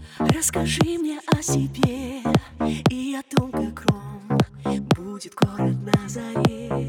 Расскажи мне о себе и о том, как ром будет город на заре.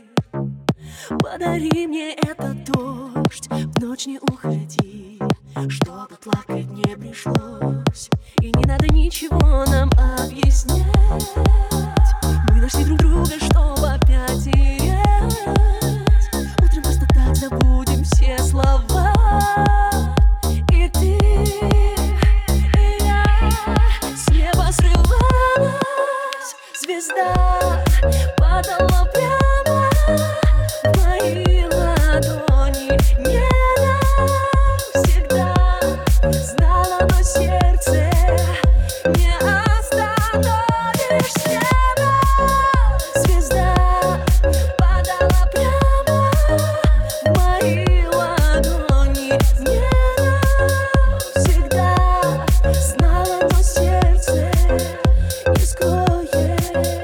Подари мне этот дождь, в ночь не уходи, чтобы плакать не пришлось. И не надо ничего нам объяснять. Мы нашли друг друга, чтобы опять терять. Утром просто так забудем все слова. И ты, и я. С неба срывалась звезда, падала прямо в мои ладони. Не навсегда знала, но сердце не остановишь. С неба звезда падала прямо в мои ладони. Не навсегда знала, но сердце не скроет.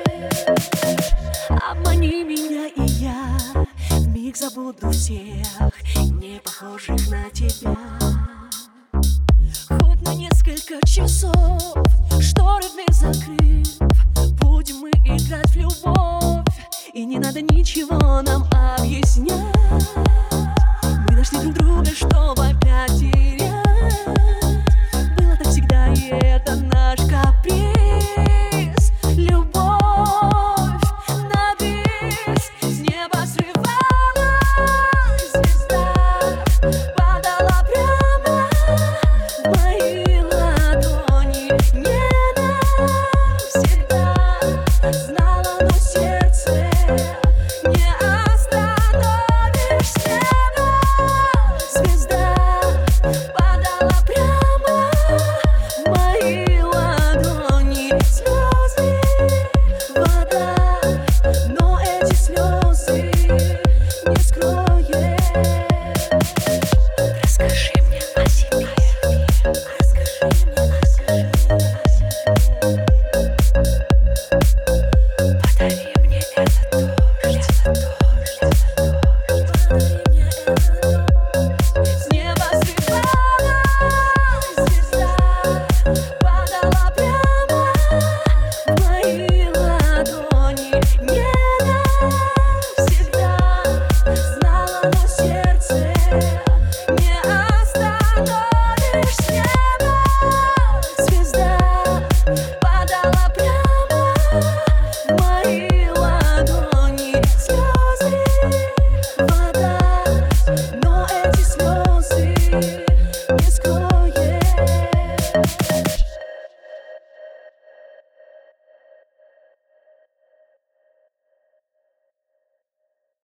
Обмани меня, и я вмиг забуду всех не похожих на тебя. Хоть на несколько часов, шторы вмиг закрыв, будем мы играть в любовь. И не надо ничего нам объяснять. Мы нашли друг друга, чтобы опять